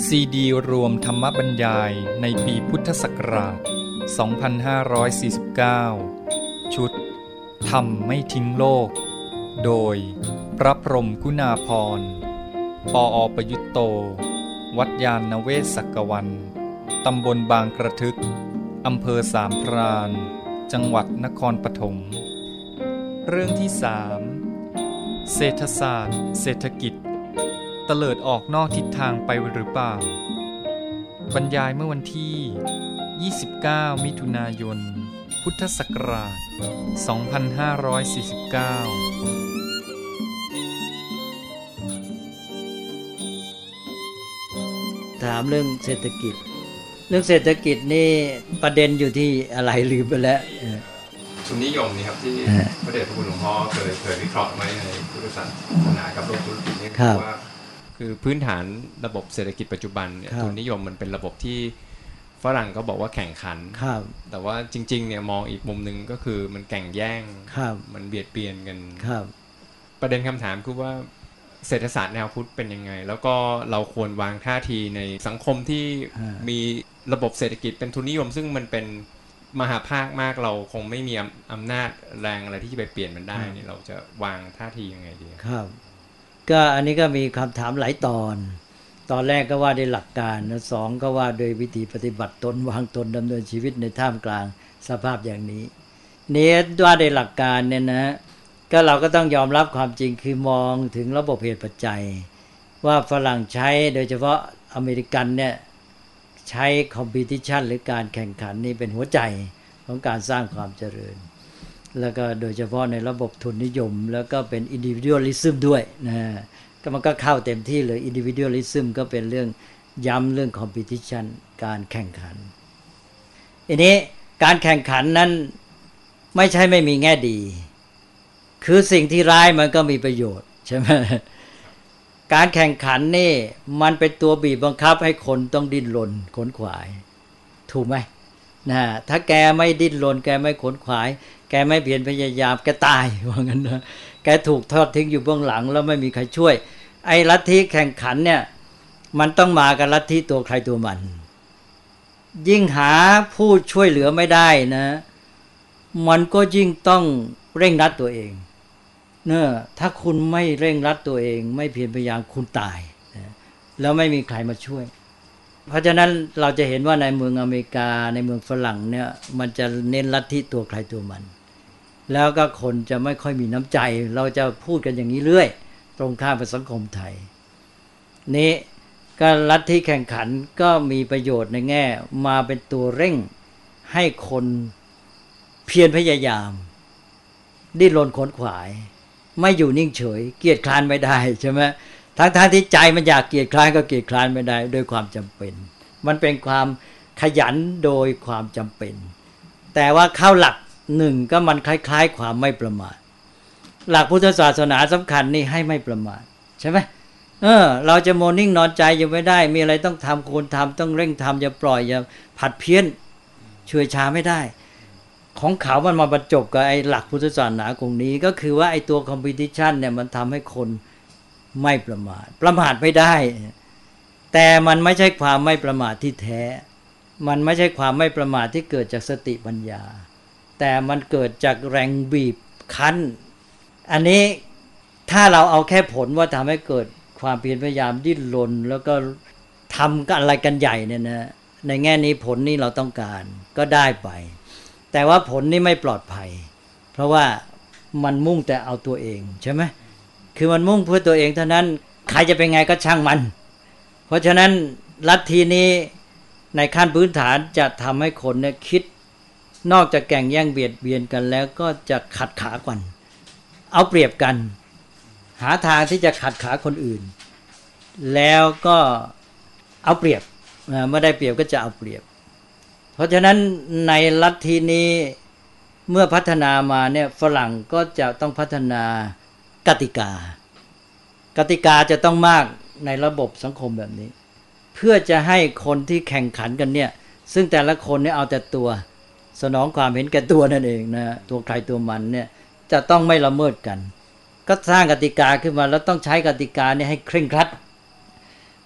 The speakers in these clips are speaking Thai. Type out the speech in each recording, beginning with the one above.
ซีดีรวมธรรมบรรยายในปีพุทธศักราช 2549 ชุดธรรมไม่ทิ้งโลก โดยพระพรหมกุณาภรณ์ ปอ.ประยุตโต วัดยานนเวศกกวัน ตำบลบางกระทึก อำเภอสามพราน จังหวัดนครปฐม เรื่องที่ 3 เศรษฐศาสตร์เศรษฐกิจเตลิดออกนอกทิศทางไปหรือเปล่าบรรยายเมื่อวันที่ 29 มิถุนายน พุทธศักราช 2549 ถามเรื่องเศรษฐกิจเศรษฐกิจนี่ประเด็นอยู่ที่อะไรลืมไปแล้วทุนนิยมนี่ครับที่พระเดชพระคุณหลวงพ่อเคยวิเคราะห์ไว้ในพุทธศาสนากับโลกธุรกิจนี่คือว่าคือพื้นฐานระบบเศรษฐกิจปัจจุบันเนี่ยทุนนิยมมันเป็นระบบที่ฝรั่งก็บอกว่าแข่งขันแต่ว่าจริงๆเนี่ยมองอีกมุมนึงก็คือมันแข่งแย่งมันเบียดเบียนกันประเด็นคำถามคือว่าเศรษฐศาสตร์แนวพุทธเป็นยังไงแล้วก็เราควรวางท่าทีในสังคมที่มีระบบเศรษฐกิจเป็นทุนนิยมซึ่งมันเป็นมหาภาคมากเราคงไม่มีอำนาจแรงอะไรที่จะไปเปลี่ยนมันได้นี่เราจะวางท่าทียังไงดีครับก็อันนี้ก็มีคำถามหลายตอนแรกก็ว่าด้วยหลักการนะสองก็ว่าโดยวิธีปฏิบัติตนวางตนดำเนินชีวิตในท่ามกลางสภาพอย่างนี้นี่ว่าด้วยหลักการเนี่ยนะก็เราก็ต้องยอมรับความจริงคือมองถึงระบบเหตุปัจจัยว่าฝรั่งใช้โดยเฉพาะอเมริกันเนี่ยใช้คอมพิทิชันหรือการแข่งขันนี่เป็นหัวใจของการสร้างความเจริญแล้วก็โดยเฉพาะในระบบทุนนิยมแล้วก็เป็น individualism ด้วยนะก็มันก็เข้าเต็มที่เลย individualism ก็เป็นเรื่องย้ำเรื่อง competition การแข่งขันอันนี้การแข่งขันนั้นไม่ใช่ไม่มีแง่ดีคือสิ่งที่ร้ายมันก็มีประโยชน์ใช่ไหมการแข่งขันนี่มันเป็นตัวบีบบังคับให้คนต้องดิ้นรนขนขวายถูกไหมนะถ้าแกไม่ดิ้นรนแกไม่ขนขวายแกไม่เพียรพยายามแกตายว่างั้นนะแกถูกทอดทิ้งอยู่เบื้องหลังแล้วไม่มีใครช่วยไอ้ลัทธิแข่งขันเนี่ยมันต้องมากับลัทธิตัวใครตัวมันยิ่งหาผู้ช่วยเหลือไม่ได้นะมันก็ยิ่งต้องเร่งรัดตัวเองเนอะถ้าคุณไม่เร่งรัดตัวเองไม่เพียรพยายามคุณตายนะแล้วไม่มีใครมาช่วยเพราะฉะนั้นเราจะเห็นว่าในเมืองอเมริกาในเมืองฝรั่งเนี่ยมันจะเน้นลัทธิตัวใครตัวมันแล้วก็คนจะไม่ค่อยมีน้ำใจเราจะพูดกันอย่างนี้เรื่อยตรงข้ามกับสังคมไทยนี้ก็ลัทธิแข่งขันก็มีประโยชน์ในแง่มาเป็นตัวเร่งให้คนเพียรพยายามดิ้นรนขนขวายไม่อยู่นิ่งเฉยเกียจคร้านไม่ได้ใช่ไหมทั้งที่ใจมันอยากเกียจคร้านก็เกียจคร้านไม่ได้โดยความจำเป็นมันเป็นความขยันโดยความจำเป็นแต่ว่าเข้าหลักหนึ่งก็มันคล้ายๆความไม่ประมาทหลักพุทธศาสนาสำคัญนี่ให้ไม่ประมาทใช่ไหมเราจะโมนิ่งนอนใจอยู่ไม่ได้มีอะไรต้องทำควรทำต้องเร่งทำอย่าปล่อยอย่าผัดเพี้ยนช่วยช้าไม่ได้ของเขามันมาบรรจบกับไอ้หลักพุทธศาสนาตรงนี้ก็คือว่าไอ้ตัวคอมเพทิชันเนี่ยมันทำให้คนไม่ประมาทไม่ได้แต่มันไม่ใช่ความไม่ประมาทที่แท้มันไม่ใช่ความไม่ประมาทที่เกิดจากสติปัญญาแต่มันเกิดจากแรงบีบคั้นอันนี้ถ้าเราเอาแค่ผลว่าทำให้เกิดความเพียรพยายามดิ้นรนแล้วก็ทำกันอะไรกันใหญ่เนี่ยนะในแง่นี้ผลนี้เราต้องการก็ได้ไปแต่ว่าผลนี้ไม่ปลอดภัยเพราะว่ามันมุ่งแต่เอาตัวเองใช่ไหมคือมันมุ่งเพื่อตัวเองเท่านั้นใครจะเป็นไงก็ช่างมันเพราะฉะนั้นลัทธินี้ในขั้นพื้นฐานจะทำให้คนเนี่ยคิดนอกจากแข่งแย่งเบียดเบียนกันแล้วก็จะขัดขากันเอาเปรียบกันหาทางที่จะขัดขาคนอื่นแล้วก็เอาเปรียบเมื่อได้เปรียบก็จะเอาเปรียบเพราะฉะนั้นในลัทธินี้เมื่อพัฒนามาเนี่ยฝรั่งก็จะต้องพัฒนากติกาจะต้องมากในระบบสังคมแบบนี้เพื่อจะให้คนที่แข่งขันกันเนี่ยซึ่งแต่ละคนเนี่ยเอาแต่ตัวสนองความเห็นแก่ตัวนั่นเองนะตัวใครตัวมันเนี่ยจะต้องไม่ละเมิดกันก็สร้างกติกาขึ้นมาแล้วต้องใช้กติกาเนี่ยให้เคร่งครัดเพ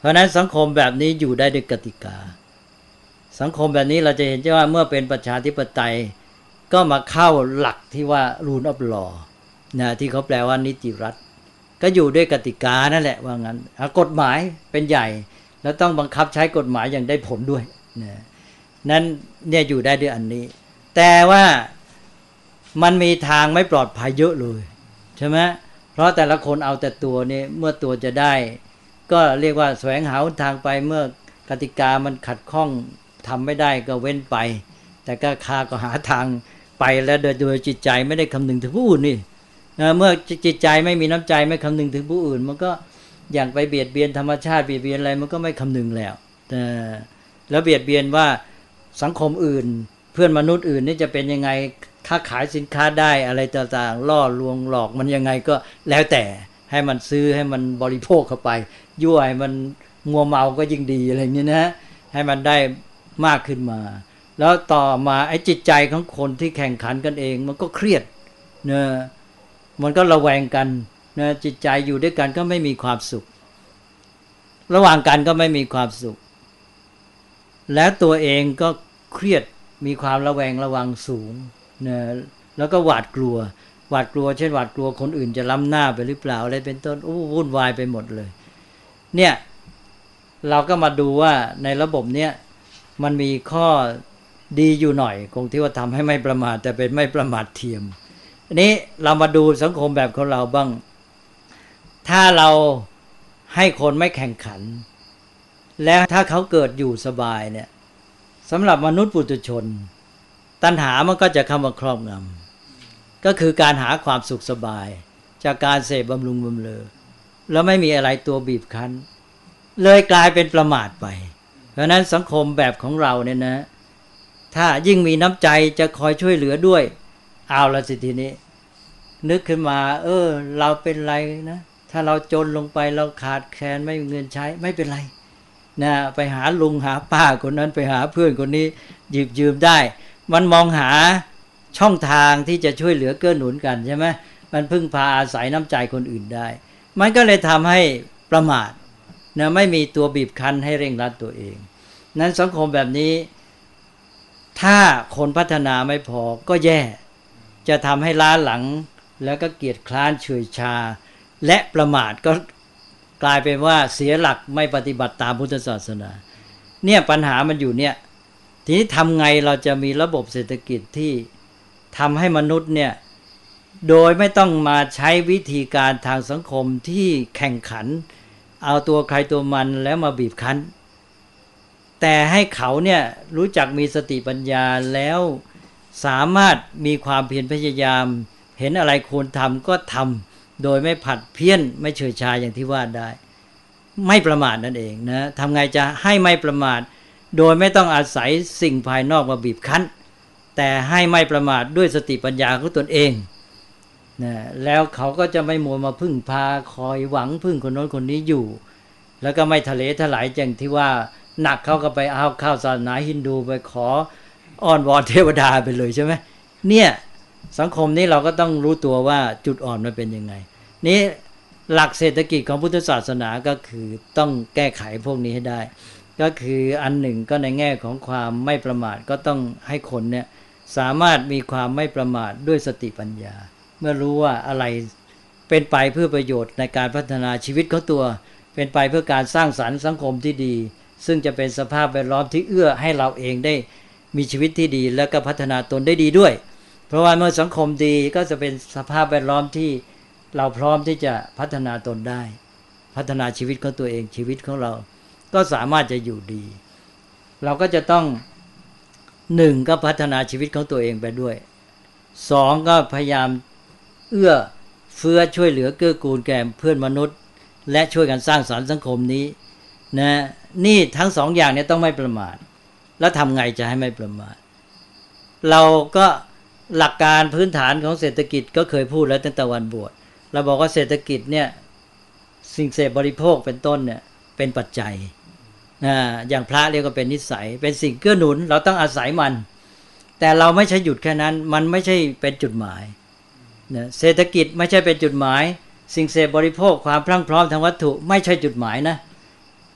ราะฉะนั้นสังคมแบบนี้อยู่ได้ด้วยกติกาสังคมแบบนี้เราจะเห็นว่าเมื่อเป็นประชาธิปไตยก็มาเข้าหลักที่ว่า rule of law นะที่เขาแปลว่านิติรัฐก็อยู่ด้วยกติกานั่นแหละว่างั้นกฎหมายเป็นใหญ่แล้วต้องบังคับใช้กฎหมายอย่างได้ผลด้วยนะนั้นเนี่ยอยู่ได้ด้วยอันนี้แต่ว่ามันมีทางไม่ปลอดภัยเยอะเลยใช่ไหมเพราะแต่ละคนเอาแต่ตัวนี่เมื่อตัวจะได้ก็เรียกว่าแสวงหาทางไปเมื่อกติกามันขัดข้องทำไม่ได้ก็เว้นไปแต่ก็ก็หาทางไปแล้วโดยจิตใจไม่ได้คำนึงถึงผู้อื่นนี่เมื่อจิตใจไม่มีน้ำใจไม่คำนึงถึงผู้อื่นมันก็อย่างไปเบียดเบียนธรรมชาติเบียดเบียนอะไรมันก็ไม่คำนึงแล้วเบียดเบียนว่าสังคมอื่นเพื่อนมนุษย์อื่นนี่จะเป็นยังไงค้าขายสินค้าได้อะไรต่างๆล่อลวงหลอกมันยังไงก็แล้วแต่ให้มันซื้อให้มันบริโภคเข้าไปยั่วให้มันงัวเมาก็ยิ่งดีอะไรอย่างนี้นะให้มันได้มากขึ้นมาแล้วต่อมาไอ้จิตใจของคนที่แข่งขันกันเองมันก็เครียดเนะมันก็ระแวงกันนะจิตใจอยู่ด้วยกันก็ไม่มีความสุขระหว่างกันก็ไม่มีความสุขแล้วตัวเองก็เครียดมีความระแวงระวังสูงนะแล้วก็หวาดกลัวเช่นหวาดกลัวคนอื่นจะล้ำหน้าไปหรือเปล่าอะไรเป็นต้นวุ่นวายไปหมดเลยเนี่ยเราก็มาดูว่าในระบบเนี้ยมันมีข้อดีอยู่หน่อยคงที่ว่าทำให้ไม่ประมาทแต่เป็นไม่ประมาทเทียมอันนี้เรามาดูสังคมแบบของเราบ้างถ้าเราให้คนไม่แข่งขันแล้วถ้าเขาเกิดอยู่สบายเนี่ยสำหรับมนุษย์ปุถุชนตัณหามันก็จะเข้ามาครอบงำก็คือการหาความสุขสบายจากการเสพบำรุงบำเรอแล้วไม่มีอะไรตัวบีบคั้นเลยกลายเป็นประมาทไปเพราะนั้นสังคมแบบของเราเนี่ยนะถ้ายิ่งมีน้ำใจจะคอยช่วยเหลือด้วยเอาละสิทีนี้นึกขึ้นมาเราเป็นไรนะถ้าเราจนลงไปเราขาดแคลนไม่มีเงินใช้ไม่เป็นไรนะไปหาลุงหาป้าคนนั้นไปหาเพื่อนคนนี้หยิบยืมได้มันมองหาช่องทางที่จะช่วยเหลือเกื้อหนุนกันใช่ไหมมันพึ่งพาอาศัยน้ำใจคนอื่นได้มันก็เลยทำให้ประมาทนะไม่มีตัวบีบคั้นให้เร่งรัดตัวเองนั้นสังคมแบบนี้ถ้าคนพัฒนาไม่พอก็แย่จะทำให้ล้าหลังแล้วก็เกียจคร้านเฉยชาและประมาทก็กลายเป็นว่าเสียหลักไม่ปฏิบัติตามพุทธศาสนาเนี่ยปัญหามันอยู่เนี่ยทีนี้ทำไงเราจะมีระบบเศรษฐกิจที่ทำให้มนุษย์เนี่ยโดยไม่ต้องมาใช้วิธีการทางสังคมที่แข่งขันเอาตัวใครตัวมันแล้วมาบีบคั้นแต่ให้เขาเนี่ยรู้จักมีสติปัญญาแล้วสามารถมีความเพียรพยายามเห็นอะไรควรทำก็ทำโดยไม่ผัดเพี้ยนไม่เฉยชาอย่างที่ว่าได้ไม่ประมาทนั่นเองนะทำไงจะให้ไม่ประมาทโดยไม่ต้องอาศัยสิ่งภายนอกมาบีบคั้นแต่ให้ไม่ประมาทด้วยสติปัญญาของตนเองนะแล้วเขาก็จะไม่มัวมาพึ่งพาคอยหวังพึ่งคนโน้นคนนี้อยู่แล้วก็ไม่ทะเลถลายอย่างที่ว่าหนักเขาก็ไปเอาข้าวศาสนาฮินดูไปขออ้อนวอนเทวดาไปเลยใช่ไหมเนี่ยสังคมนี้เราก็ต้องรู้ตัวว่าจุดอ่อนมันเป็นยังไงนี้หลักเศรษฐกิจของพุทธศาสนาก็คือต้องแก้ไขพวกนี้ให้ได้ก็คืออันหนึ่งก็ในแง่ของความไม่ประมาทก็ต้องให้คนเนี่ยสามารถมีความไม่ประมาทด้วยสติปัญญาเมื่อรู้ว่าอะไรเป็นไปเพื่อประโยชน์ในการพัฒนาชีวิตของตัวเป็นไปเพื่อการสร้างสรรค์สังคมที่ดีซึ่งจะเป็นสภาพแวดล้อมที่เอื้อให้เราเองได้มีชีวิตที่ดีและก็พัฒนาตนได้ดีด้วยเพราะว่าเมื่อสังคมดีก็จะเป็นสภาพแวดล้อมที่เราพร้อมที่จะพัฒนาตนได้พัฒนาชีวิตของตัวเองชีวิตของเราก็สามารถจะอยู่ดีเราก็จะต้อง1ก็พัฒนาชีวิตของตัวเองไปด้วย2ก็พยายามเอื้อเฟื้อช่วยเหลือเกื้อกูลแก่เพื่อนมนุษย์และช่วยกันสร้างสรรค์สังคมนี้นะนี่ทั้ง2อย่างนี้ต้องไม่ประมาทแล้วทำไงจะให้ไม่ประมาทเราก็หลักการพื้นฐานของเศรษฐกิจก็เคยพูดแล้วตั้งแต่วันบวชเราบอกว่าเศรษฐกิจเนี่ยสิ่งเสพบริโภคเป็นต้นเนี่ยเป็นปัจจัยอย่างพระเรียกว่าเป็นนิสัยเป็นสิ่งเกื้อหนุนเราต้องอาศัยมันแต่เราไม่ใช่หยุดแค่นั้นมันไม่ใช่เป็นจุดหมายนะเศรษฐกิจไม่ใช่เป็นจุดหมายสิ่งเสพบริโภคความพรั่งพร้อมทางวัตถุไม่ใช่จุดหมายนะ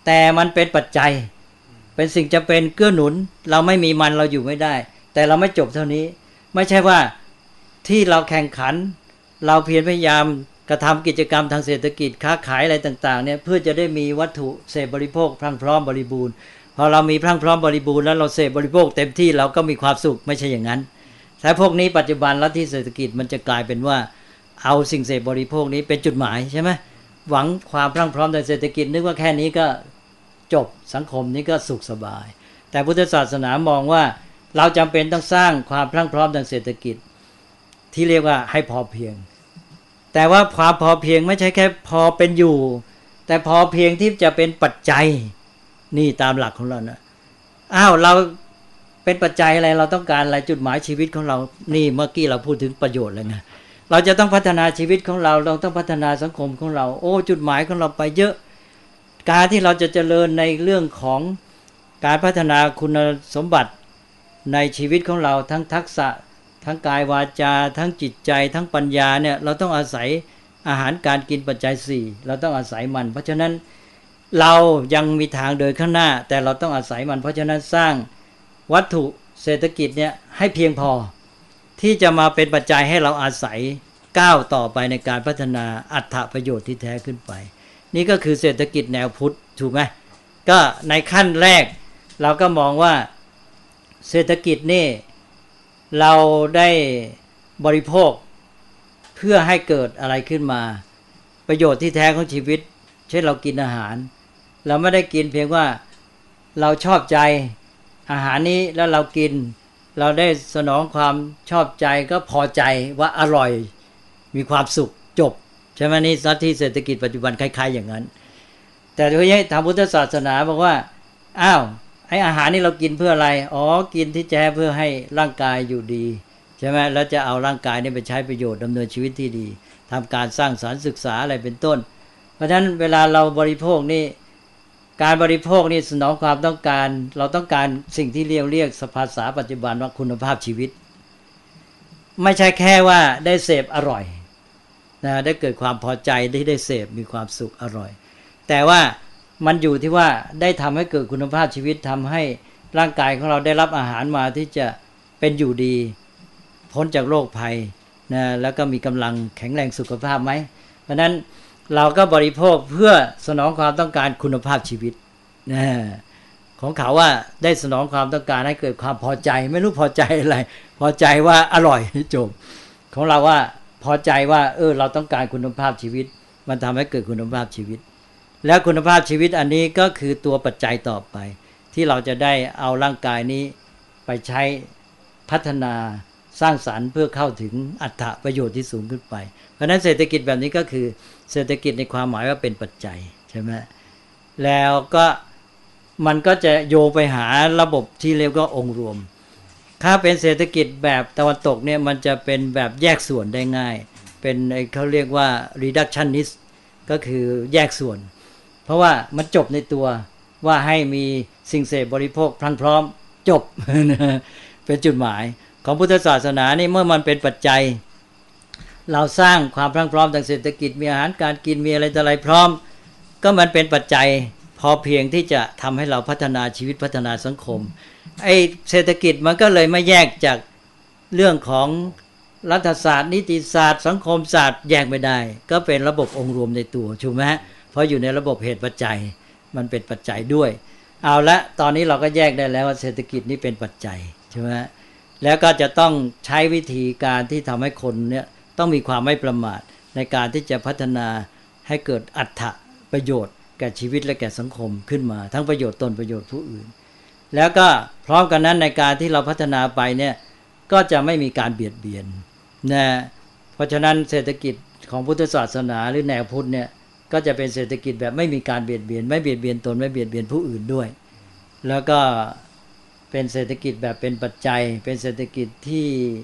แต่มันเป็นปัจจัยเป็นสิ่งจะเป็นเกื้อหนุนเราไม่มีมันเราอยู่ไม่ได้แต่เราไม่จบเท่านี้ไม่ใช่ว่าที่เราแข่งขันเราเพียรพยายามกระทำกิจกรรมทางเศรษฐกิจค้าขายอะไรต่างๆเนี่ยเพื่อจะได้มีวัตถุเสพบริโภคพรั่งพร้อมบริบูรณ์พอเรามีพรั่งพร้อมบริบูรณ์แล้วเราเสพบริโภคเต็มที่เราก็มีความสุขไม่ใช่อย่างนั้นแต่พวกนี้ปัจจุบันลัทธิเศรษฐกิจมันจะกลายเป็นว่าเอาสิ่งเสพบริโภคนี้เป็นจุดหมายใช่ไหมหวังความพรั่งพร้อมทางเศรษฐกิจนึกว่าแค่นี้ก็จบสังคมนี้ก็สุขสบายแต่พุทธศาสนามองว่าเราจำเป็นต้องสร้างความพรั่งพร้อมทางเศรษฐกิจที่เรียกว่าให้พอเพียงแต่ว่าความพอเพียงไม่ใช่แค่พอเป็นอยู่แต่พอเพียงที่จะเป็นปัจจัยนี่ตามหลักของเรานะเราเป็นปัจจัยอะไรเราต้องการอะไรจุดหมายชีวิตของเรานี่เมื่อกี้เราพูดถึงประโยชน์แล้วนะเราจะต้องพัฒนาชีวิตของเราต้องพัฒนาสังคมของเราจุดหมายของเราไปเยอะการที่เราจะเจริญในเรื่องของการพัฒนาคุณสมบัติในชีวิตของเราทั้งทักษะทั้งกายวาจาทั้งจิตใจทั้งปัญญาเนี่ยเราต้องอาศัยอาหารการกินปัจจัย4เราต้องอาศัยมันเพราะฉะนั้นเรายังมีทางเดินข้างหน้าแต่เราต้องอาศัยมันเพราะฉะนั้นสร้างวัตถุเศรษฐกิจเนี่ยให้เพียงพอที่จะมาเป็นปัจจัยให้เราอาศัยก้าวต่อไปในการพัฒนาอัตถประโยชน์ที่แท้ขึ้นไปนี่ก็คือเศรษฐกิจแนวพุทธถูกไหมก็ในขั้นแรกเราก็มองว่าเศรษฐกิจนี่เราได้บริโภคเพื่อให้เกิดอะไรขึ้นมาประโยชน์ที่แท้ของชีวิตเช่นเรากินอาหารเราไม่ได้กินเพียงว่าเราชอบใจอาหารนี้แล้วเรากินเราได้สนองความชอบใจก็พอใจว่าอร่อยมีความสุขจบใช่ไหมนี่ลัทธิเศรษฐกิจปัจจุบันคล้ายๆอย่างนั้นแต่โดยทางพุทธศาสนาบอกว่าไอ้อาหารนี่เรากินเพื่ออะไรกินที่แท้เพื่อให้ร่างกายอยู่ดีใช่ไหมแล้วจะเอาร่างกายนี่ไปใช้ประโยชน์ดำเนินชีวิตที่ดีทำการสร้างสรรค์ศึกษาอะไรเป็นต้นเพราะฉะนั้นเวลาเราบริโภคนี่การบริโภคนี่สนองความต้องการเราต้องการสิ่งที่เรียกภาษาปัจจุบันว่าคุณภาพชีวิตไม่ใช่แค่ว่าได้เสพอร่อยนะได้เกิดความพอใจที่ได้เสพมีความสุขอร่อยแต่ว่ามันอยู่ที่ว่าได้ทำให้เกิดคุณภาพชีวิตทำให้ร่างกายของเราได้รับอาหารมาที่จะเป็นอยู่ดีพ้นจากโรคภัยนะแล้วก็มีกำลังแข็งแรงสุขภาพไหมเพราะนั้นเราก็บริโภคเพื่อสนองความต้องการคุณภาพชีวิตนะของเขาว่าได้สนองความต้องการให้เกิดความพอใจไม่รู้พอใจอะไรพอใจว่าอร่อยจบของเราว่าพอใจว่าเราต้องการคุณภาพชีวิตมันทำให้เกิดคุณภาพชีวิตแล้วคุณภาพชีวิตอันนี้ก็คือตัวปัจจัยต่อไปที่เราจะได้เอาร่างกายนี้ไปใช้พัฒนาสร้างสรรค์เพื่อเข้าถึงอัตถประโยชน์ที่สูงขึ้นไปเพราะฉะนั้นเศรษฐกิจแบบนี้ก็คือเศรษฐกิจในความหมายว่าเป็นปัจจัยใช่ไหมแล้วก็มันก็จะโยงไปหาระบบที่เรียกว่าองค์รวมถ้าเป็นเศรษฐกิจแบบตะวันตกเนี่ยมันจะเป็นแบบแยกส่วนได้ง่ายเป็นเขาเรียกว่า reductionist ก็คือแยกส่วนเพราะว่ามันจบในตัวว่าให้มีสิ่งเสพบริโภคพรั่งพร้อมจบ เป็นจุดหมายของพุทธศาสนานี่เมื่อมันเป็นปัจจัยเราสร้างความพรั่งพร้อมทางเศรษฐกิจมีอาหารการกินมีอะไรต่ออะไรพร้อมก็มันเป็นปัจจัยพอเพียงที่จะทำให้เราพัฒนาชีวิตพัฒนาสังคมไอ้เศรษฐกิจมันก็เลยไม่แยกจากเรื่องของรัฐศาสตร์นิติศาสตร์สังคมศาสตร์แยกไม่ได้ก็เป็นระบบองค์รวมในตัวถูกไหมเพราะอยู่ในระบบเหตุปัจจัยมันเป็นปัจจัยด้วยเอาละตอนนี้เราก็แยกได้แล้วว่าเศรษฐกิจนี่เป็นปัจจัยใช่ไหมแล้วก็จะต้องใช้วิธีการที่ทำให้คนเนี่ยต้องมีความไม่ประมาทในการที่จะพัฒนาให้เกิดอัตถประโยชน์แก่ชีวิตและแก่สังคมขึ้นมาทั้งประโยชน์ตนประโยชน์ผู้อื่นแล้วก็พร้อมกันนั้นในการที่เราพัฒนาไปเนี่ยก็จะไม่มีการเบียดเบียนนะเพราะฉะนั้นเศรษฐกิจของพุทธศาสนาหรือแนวพุทธเนี่ยก็จะเป็นเศรษฐกิจแบบไม่มีการเบียดเบียนไม่เบียดเบียนตนไม่เบียดเบียนผู้อื่นด้วยแล้วก็เป็นเศรษฐกิจแบบเป็นปัจจัยเป็นเศรษฐกิจที่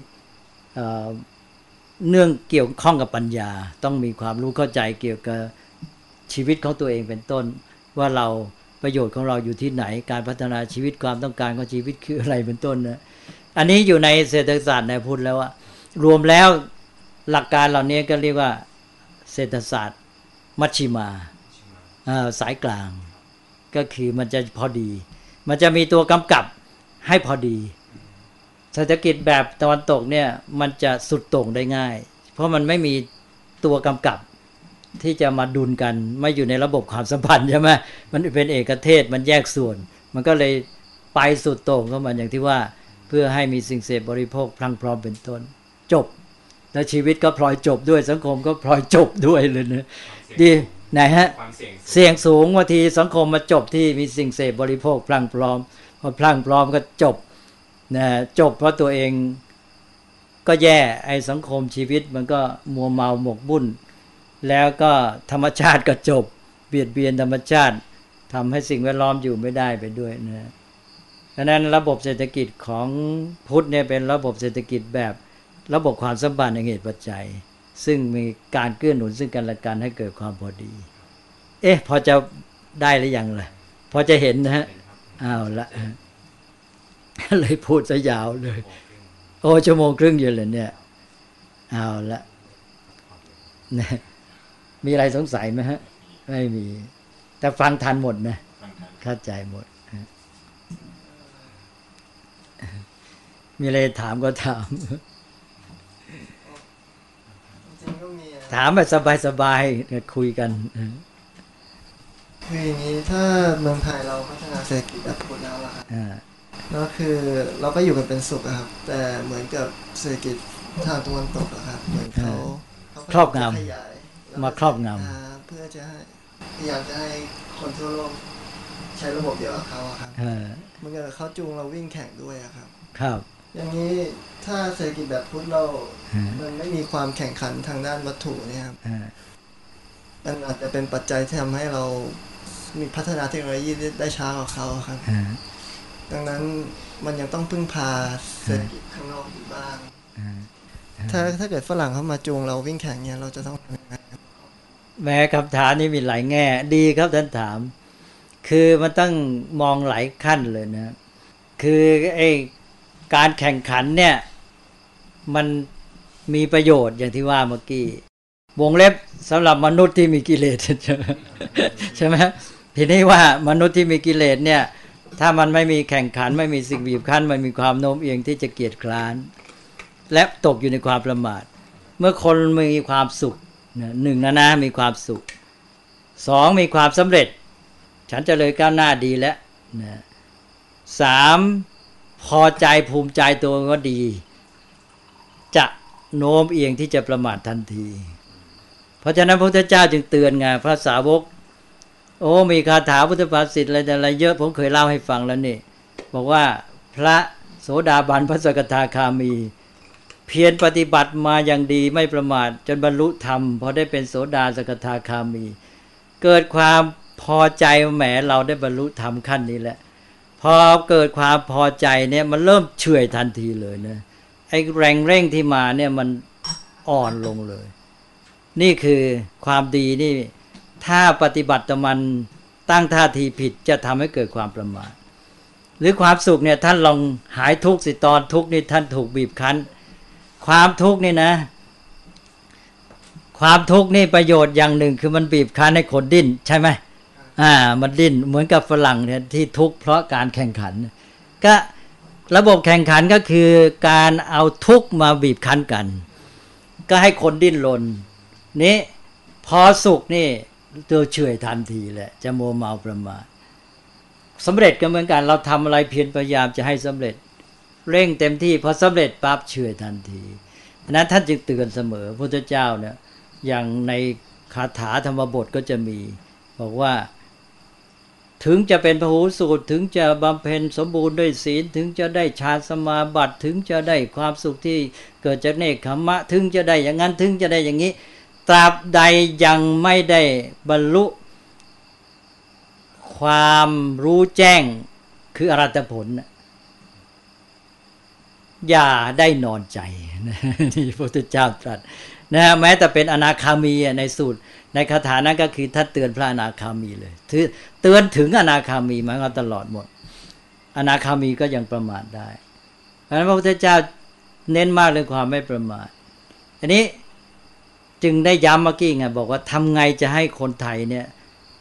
เนื่องเกี่ยวข้องกับปัญญาต้องมีความรู้เข้าใจเกี่ยวกับชีวิตของตัวเองเป็นต้นว่าเราประโยชน์ของเราอยู่ที่ไหนการพัฒนาชีวิตความต้องการของชีวิตคืออะไรเป็นต้นนะอันนี้อยู่ในเศรษฐศาสตร์ในพุทธแล้วว่ารวมแล้วหลักการเหล่านี้ก็เรียกว่าเศรษฐศาสตร์มัชฌิมาสายกลางก็คือมันจะพอดีมันจะมีตัวกำกับให้พอดีเศรษฐกิจแบบตะวันตกเนี่ยมันจะสุดโต่งได้ง่ายเพราะมันไม่มีตัวกำกับที่จะมาดุลกันไม่อยู่ในระบบความสัมพันธ์ใช่ไหมมันเป็นเอกเทศมันแยกส่วนมันก็เลยไปสุดโต่งเข้ามาอย่างที่ว่าเพื่อให้มีสิ่งเสพบริโภคพรั่งพร้อมเป็นต้นจบแล้วชีวิตก็พลอยจบด้วยสังคมก็พลอยจบด้วยเลยนะดีไหนฮะเสี่ยงสูงบางทีสังคมมาจบที่มีสิ่งเสพบริโภคพรั่งพร้อมพอพรั่งพร้อมก็จบนะจบเพราะตัวเองก็แย่ไอ้สังคมชีวิตมันก็มัวเมาหมกบุ่นแล้วก็ธรรมชาติก็จบเบียดเบียนธรรมชาติทำให้สิ่งแวดล้อมอยู่ไม่ได้ไปด้วยนะดังนั้นระบบเศรษฐกิจของพุทธเนี่ยเป็นระบบเศรษฐกิจแบบระบบความสัมพันธ์ในเหตุปัจจัยซึ่งมีการเกื้อหนุนซึ่งกันและกันให้เกิดความพอดีพอจะได้หรือยังล่ะพอจะเห็นนะฮะอ้าวละเลยพูดซะยาวเลยโอ้ชั่วโมงครึ่งอยู่เลยเนี่ยเอาละนะมีอะไรสงสัยไหมฮะไม่มีแต่ฟังทันหมดนะเข้าใจหมดมีอะไรถามก็ถามถามแบบสบายๆคุยกันคืออย่างนี้ถ้าเมืองไทยเราพัฒนาเศรษฐกิจแบบพุทธแล้วล่ะครับแล้วคือเราก็อยู่กันเป็นสุขครับแต่เหมือนกับเศรษฐกิจทางตะวันตกครับเหมือนเขาครอบงำมาครอบงำเพื่อจะให้พยายามจะให้คนทั่วโลกใช้ระบบเดียวกับเขาครับเหมือนกับเขาจูงเราวิ่งแข่งด้วยครับครับอย่างนี้ถ้าเศรษฐกิจแบบพุทธเรามันไม่มีความแข่งขันทางด้านวัตถุเนี่ยครับมันอาจจะเป็นปัจจัยที่ทำให้เรามีพัฒนาเทคโนโลยีได้ช้ากว่าเขาครับดังนั้นมันยังต้องพึ่งพาเศรษฐกิจข้างนอกอยู่บ้างถ้าเกิดฝรั่งเข้ามาจูงเราวิ่งแข่งเนี่ยเราจะต้องทำยังไงแม้คำถามนี้มีหลายแง่ดีครับท่านถามคือมันต้องมองหลายขั้นเลยนะคือไอ้การแข่งขันเนี่ยมันมีประโยชน์อย่างที่ว่าเมื่อกี้วงเล็บสำหรับมนุษย์ที่มีกิเลสใช่ไหมทีนี้ว่ามนุษย์ที่มีกิเลสเนี่ยถ้ามันไม่มีแข่งขันไม่มีสิ่งบีบคั้นไม่มีความโน้มเอียงที่จะเกียจคร้านและตกอยู่ในความประมาทเมื่อคนมีความสุขหนึ่งนะมีความสุขสองมีความสำเร็จฉันจะเลยก้าวหน้าดีแล้วสามพอใจภูมิใจตัวก็ดีจะโน้มเอียงที่จะประมาททันทีเพราะฉะนั้นพระพุทธเจ้าจึงเตือนไงพระสาวกมีคาถาพุทธภาษิตอะไรเยอะผมเคยเล่าให้ฟังแล้วนี่บอกว่าพระโสดาบันพระสกทาคามีเพียรปฏิบัติมาอย่างดีไม่ประมาทจนบรรลุธรรมพอได้เป็นโสดาสกทาคามีเกิดความพอใจแหมเราได้บรรลุธรรมขั้นนี้แหละพอเกิดความพอใจเนี่ยมันเริ่มเฉื่อยทันทีเลยนะไอ้แรงเร่งที่มาเนี่ยมันอ่อนลงเลยนี่คือความดีนี่ถ้าปฏิบัติต่อมันตั้งท่าทีผิดจะทำให้เกิดความประมาทหรือความสุขเนี่ยท่านลองหายทุกข์สิตอนทุกข์นี่ท่านถูกบีบคั้นความทุกข์นี่นะความทุกข์นี่ประโยชน์อย่างหนึ่งคือมันบีบคั้นให้คนดิ้นใช่ไหมมันดิ้นเหมือนกับฝรั่งเนี่ยที่ทุกข์เพราะการแข่งขันก็ระบบแข่งขันก็คือการเอาทุกข์มาบีบคั้นกันก็ให้คนดิ้นรนนี้พอสุขนี่ตัวเฉื่อยทันทีแหละจะมัวเมาประมาทสำเร็จก็เหมือนกันเราทำอะไรเพียรพยายามจะให้สำเร็จเร่งเต็มที่พอสำเร็จปั๊บเฉื่อยทันทีนั้นท่านจึงเตือนเสมอพระพุทธเจ้าเนี่ยอย่างในคาถาธรรมบทก็จะมีบอกว่าถึงจะเป็นพหูสูตรถึงจะบำเพ็ญสมบูรณ์ด้วยศีลถึงจะได้ฌานสมาบัติถึงจะได้ความสุขที่เกิดจากเนกขัมมะถึงจะได้อย่างนั้นถึงจะได้อย่างนี้ตราบใดยังไม่ได้บรรลุความรู้แจ้งคืออรหัตผลอย่าได้นอนใจนี่พระพุทธเจ้าตรัสนะแม้แต่เป็นอนาคามีในสูตรในคาถานั้นก็คือท่านเตือนพระอนาคามีเลยเตือนถึงอนาคามีมาตลอดหมดอนาคามีก็ยังประมาทได้เพราะฉะนั้นพระพุทธเจ้าเน้นมากเรื่องความไม่ประมาทอันนี้จึงได้ย้ำเมื่อกี้ไงบอกว่าทำไงจะให้คนไทยเนี่ย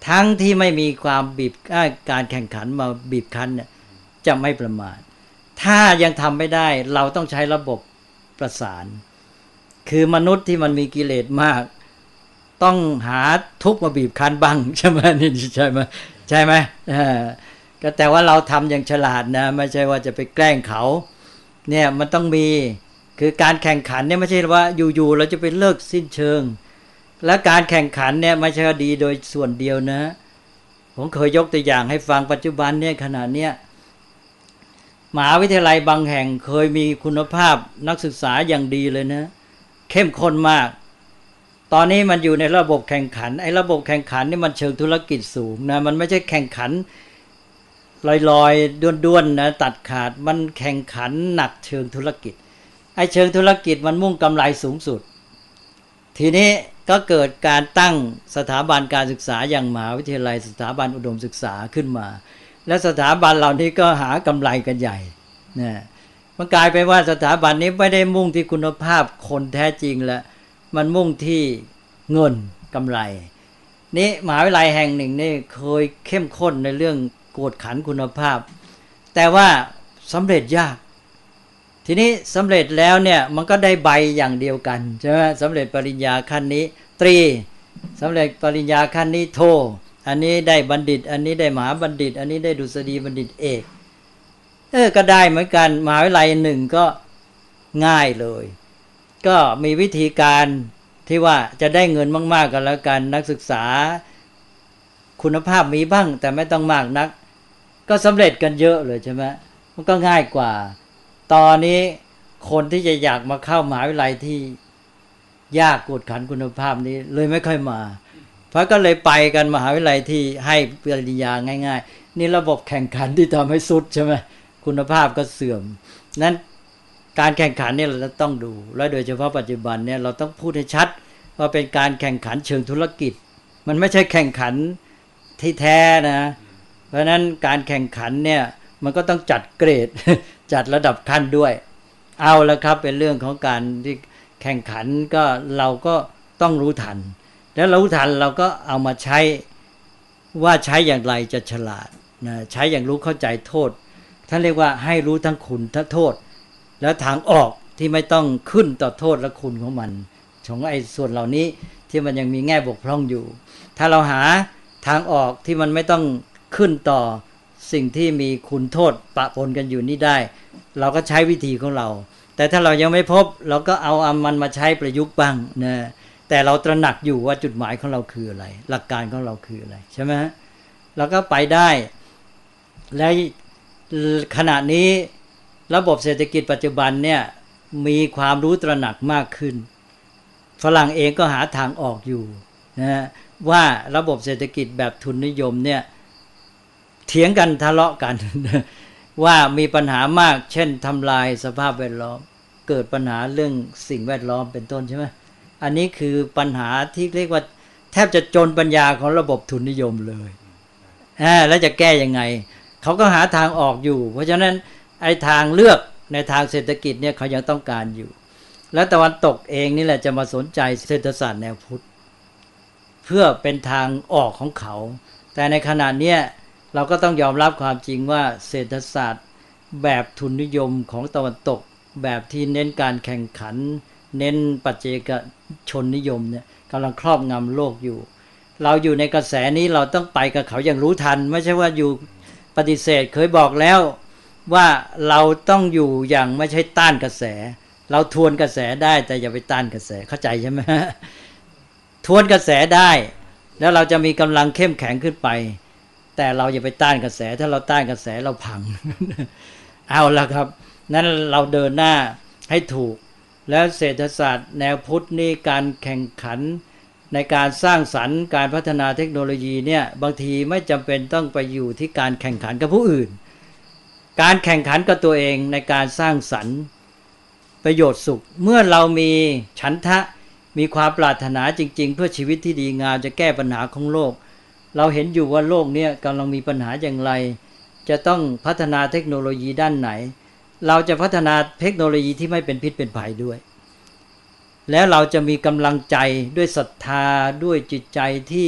ทั้งที่ไม่มีความบีบการแข่งขันมาบีบคั้นเนี่ยจะไม่ประมาทถ้ายังทำไม่ได้เราต้องใช้ระบบประสานคือมนุษย์ที่มันมีกิเลสมากต้องหาทุกข์มาบีบคั้นบ้างใช่ไหมนี่ใช่ไหมก็แต่ว่าเราทำอย่างฉลาดนะไม่ใช่ว่าจะไปแกล้งเขาเนี่ยมันต้องมีคือการแข่งขันเนี่ยไม่ใช่ว่าอยู่ๆเราจะไปเลิกสิ้นเชิงและการแข่งขันเนี่ยไม่ใช่ดีโดยส่วนเดียวนะผมเคยยกตัวอย่างให้ฟังปัจจุบันเนี่ยขณะเนี้ยมหาวิทยาลัยบางแห่งเคยมีคุณภาพนักศึกษาอย่างดีเลยนะเข้มข้นมากตอนนี้มันอยู่ในระบบแข่งขันไอ้ระบบแข่งขันนี่มันเชิงธุรกิจสูงนะมันไม่ใช่แข่งขันลอยๆด้วนๆนะตัดขาดมันแข่งขันหนักเชิงธุรกิจไอ้เชิงธุรกิจมันมุ่งกำไรสูงสุดทีนี้ก็เกิดการตั้งสถาบันการศึกษาอย่างมหาวิทยาลัยสถาบันอุดมศึกษาขึ้นมาและสถาบันเหล่านี้ก็หากำไรกันใหญ่นะมันกลายไปว่าสถาบันนี้ไม่ได้มุ่งที่คุณภาพคนแท้จริงแล้วมันมุ่งที่เงินกำไรนี่มหาวิทยาลัยแห่งหนึ่งนี่เคยเข้มข้นในเรื่องกวดขันคุณภาพแต่ว่าสำเร็จยากทีนี้สำเร็จแล้วเนี่ยมันก็ได้ใบอย่างเดียวกันใช่ไหมสำเร็จปริญญาขั้นนี้ตรีสำเร็จปริญญาขั้นนี้โทอันนี้ได้บัณฑิตอันนี้ได้มหาบัณฑิตอันนี้ได้ดุษฎีบัณฑิตเอกก็ได้เหมือนกันมหาวิทยาลัยหนึ่งก็ง่ายเลยก็มีวิธีการที่ว่าจะได้เงินมากๆกันแล้วกันนักศึกษาคุณภาพมีบ้างแต่ไม่ต้องมากนักก็สำเร็จกันเยอะเลยใช่ไหมมันก็ง่ายกว่าตอนนี้คนที่จะอยากมาเข้ามหาวิทยาลัยที่ยากกวดขันคุณภาพนี้เลยไม่ค่อยมาเพราะก็เลยไปกันมหาวิทยาลัยที่ให้ปริญญาง่ายๆนี่ระบบแข่งขันที่ทำให้สุดใช่ไหมคุณภาพก็เสื่อมนั้นการแข่งขันเนี่ยเราต้องดูและโดยเฉพาะปัจจุบันเนี่ยเราต้องพูดให้ชัดว่าเป็นการแข่งขันเชิงธุรกิจมันไม่ใช่แข่งขันที่แท้นะเพราะฉะนั้นการแข่งขันเนี่ยมันก็ต้องจัดเกรดจัดระดับขั้นด้วยเอาละครับเป็นเรื่องของการที่แข่งขันก็เราก็ต้องรู้ทันแล้วรู้ทันเราก็เอามาใช้ว่าใช้อย่างไรจะฉลาดนะใช้อย่างรู้เข้าใจโทษท่านเรียกว่าให้รู้ทั้งคุณทั้งโทษแล้วทางออกที่ไม่ต้องขึ้นต่อโทษและคุณของมันของไอ้ส่วนเหล่านี้ที่มันยังมีแง่บกพร่องอยู่ถ้าเราหาทางออกที่มันไม่ต้องขึ้นต่อสิ่งที่มีคุณโทษปะปนกันอยู่นี่ได้เราก็ใช้วิธีของเราแต่ถ้าเรายังไม่พบเราก็เอามันมาใช้ประยุกต์บ้างนะแต่เราตระหนักอยู่ว่าจุดหมายของเราคืออะไรหลักการของเราคืออะไรใช่ไหมเราก็ไปได้และขณะนี้ระบบเศรษฐกิจปัจจุบันเนี่ยมีความรู้ตระหนักมากขึ้นฝรั่งเองก็หาทางออกอยู่นะว่าระบบเศรษฐกิจแบบทุนนิยมเนี่ยเถียงกันทะเลาะกันว่ามีปัญหามากเช่นทำลายสภาพแวดล้อมเกิดปัญหาเรื่องสิ่งแวดล้อมเป็นต้นใช่ไหมอันนี้คือปัญหาที่เรียกว่าแทบจะจนปัญญาของระบบทุนนิยมเลยแล้วจะแก้ยังไงเขาก็หาทางออกอยู่เพราะฉะนั้นไอ้ทางเลือกในทางเศรษฐกิจเนี่ยเขายังต้องการอยู่และตะวันตกเองนี่แหละจะมาสนใจเศรษฐศาสตร์แนวพุทธเพื่อเป็นทางออกของเขาแต่ในขณะนี้เราก็ต้องยอมรับความจริงว่าเศรษฐศาสตร์แบบทุนนิยมของตะวันตกแบบที่เน้นการแข่งขันเน้นปัจเจกชนนิยมเนี่ยกำลังครอบงำโลกอยู่เราอยู่ในกระแสนี้เราต้องไปกับเขาอย่างรู้ทันไม่ใช่ว่าอยู่ปฏิเสธเคยบอกแล้วว่าเราต้องอยู่อย่างไม่ใช่ต้านกระแสเราทวนกระแสได้แต่อย่าไปต้านกระแสเข้าใจใช่ไหมทวนกระแสได้แล้วเราจะมีกำลังเข้มแข็งขึ้นไปแต่เราอย่าไปต้านกระแสถ้าเราต้านกระแสเราพัง เอาละครับนั้นเราเดินหน้าให้ถูกแล้วเศรษฐศาสตร์แนวพุทธนี่การแข่งขันในการสร้างสรรค์การพัฒนาเทคโนโลยีเนี่ยบางทีไม่จำเป็นต้องไปอยู่ที่การแข่งขันกับผู้อื่นการแข่งขันกับตัวเองในการสร้างสรรค์ประโยชน์สุขเมื่อเรามีฉันทะมีความปรารถนาจริงๆเพื่อชีวิตที่ดีงามจะแก้ปัญหาของโลกเราเห็นอยู่ว่าโลกนี้กำลังมีปัญหาอย่างไรจะต้องพัฒนาเทคโนโลยีด้านไหนเราจะพัฒนาเทคโนโลยีที่ไม่เป็นพิษเป็นภัยด้วยแล้วเราจะมีกำลังใจด้วยศรัทธาด้วยจิตใจที่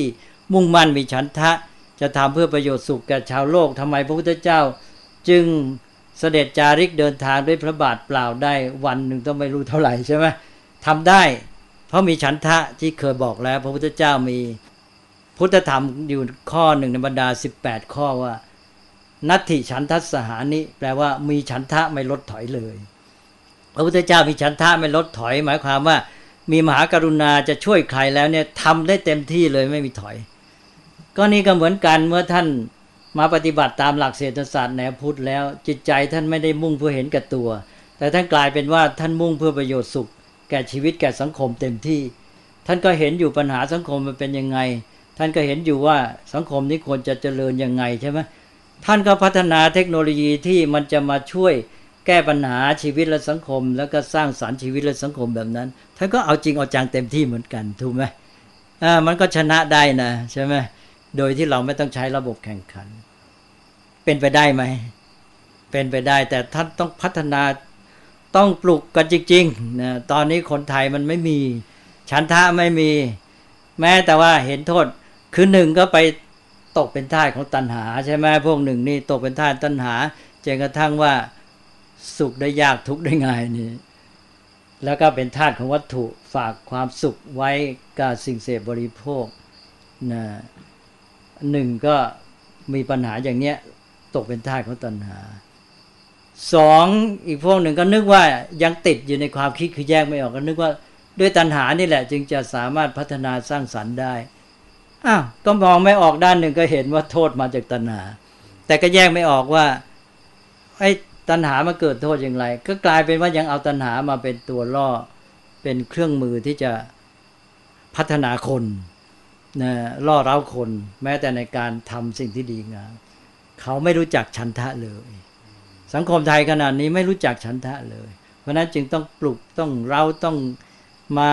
มุ่งมั่นมีฉันทะจะทำเพื่อประโยชน์สุขแก่ชาวโลกทำไมพระพุทธเจ้าจึงเสด็จจาริกเดินทางด้วยพระบาทเปล่าได้วันหนึ่งต้องไม่รู้เท่าไหร่ใช่ไหมทำได้เพราะมีฉันทะที่เคยบอกแล้วพระพุทธเจ้ามีพุทธธรรมอยู่ข้อหนึ่งในบรรดา18ข้อว่านัตถิฉันทัสสหานิแปลว่ามีฉันทะไม่ลดถอยเลยพระพุทธเจ้ามีฉันทะไม่ลดถอยหมายความว่ามีมหากรุณาจะช่วยใครแล้วเนี่ยทำได้เต็มที่เลยไม่มีถอยก็นี่ก็เหมือนกันเมื่อท่านมาปฏิบัติตามหลักเศรษฐศาสตร์แนวพุทธแล้วจิตใจท่านไม่ได้มุ่งเพื่อเห็นแก่ตัวแต่ท่านกลายเป็นว่าท่านมุ่งเพื่อประโยชน์สุขแก่ชีวิตแก่สังคมเต็มที่ท่านก็เห็นอยู่ปัญหาสังคมมันเป็นยังไงท่านก็เห็นอยู่ว่าสังคมนี้ควรจะเจริญยังไงใช่ไหมท่านก็พัฒนาเทคโนโลยีที่มันจะมาช่วยแก้ปัญหาชีวิตและสังคมแล้วก็สร้างสรรค์ชีวิตและสังคมแบบนั้นท่านก็เอาจริงเอาจังเต็มที่เหมือนกันถูกไหมมันก็ชนะได้นะใช่ไหมโดยที่เราไม่ต้องใช้ระบบแข่งขันเป็นไปได้ไหมเป็นไปได้แต่ท่านต้องพัฒนาต้องปลุกกันจริงๆนะตอนนี้คนไทยมันไม่มีฉันทะไม่มีแม้แต่ว่าเห็นโทษคือหนึ่งก็ไปตกเป็นทาสของตัณหาใช่ไหมพวกหนึ่งนี่ตกเป็นทาสตัณหาจนกระทั่งว่าสุขได้ยากทุกข์ได้ง่ายนี่แล้วก็เป็นทาสของวัตถุฝากความสุขไว้กับสิ่งเสพบริโภคนะหนึ่งก็มีปัญหาอย่างเนี้ยตกเป็นทาสของตัณหาสองอีกพวกหนึ่งก็นึกว่ายังติดอยู่ในความคิดคือแยกไม่ออกก็นึกว่าด้วยตัณหานี่แหละจึงจะสามารถพัฒนาสร้างสรรค์ได้ก็มองไม่ออกด้านหนึ่งก็เห็นว่าโทษมาจากตัณหาแต่ก็แยกไม่ออกว่าไอ้ตัณหามาเกิดโทษอย่างไรก็กลายเป็นว่ายังเอาตัณหามาเป็นตัวล่อเป็นเครื่องมือที่จะพัฒนาคนนะล่อเร้าคนแม้แต่ในการทำสิ่งที่ดีงามเขาไม่รู้จักฉันทะเลยสังคมไทยขนาดนี้ไม่รู้จักฉันทะเลยเพราะนั้นจึงต้องปลุกต้องเร้าต้องมา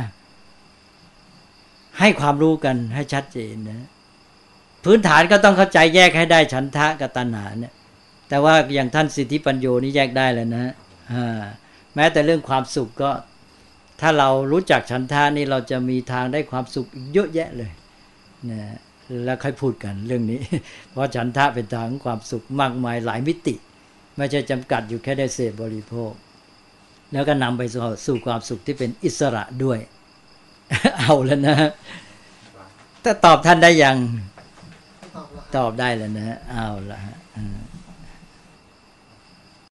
ให้ความรู้กันให้ชัดเจนนะพื้นฐานก็ต้องเข้าใจแยกให้ได้ฉันทะกับตัณหาเนี่ยแต่ว่าอย่างท่านสิทธิปัญโยนี่แยกได้แล้วนะแม้แต่เรื่องความสุขก็ถ้าเรารู้จักฉันทะนี่เราจะมีทางได้ความสุขเยอะแยะเลยนะแล้วค่อยพูดกันเรื่องนี้เพราะฉันทะเป็นทางความสุขมากมายหลายมิติไม่ใช่จำกัดอยู่แค่ได้เสพบริโภคแล้วก็นำไปสู่ความสุขที่เป็นอิสระด้วย เอาแล้วนะถ้าตอบท่านได้ยังตอบได้แล้วนะเอาละ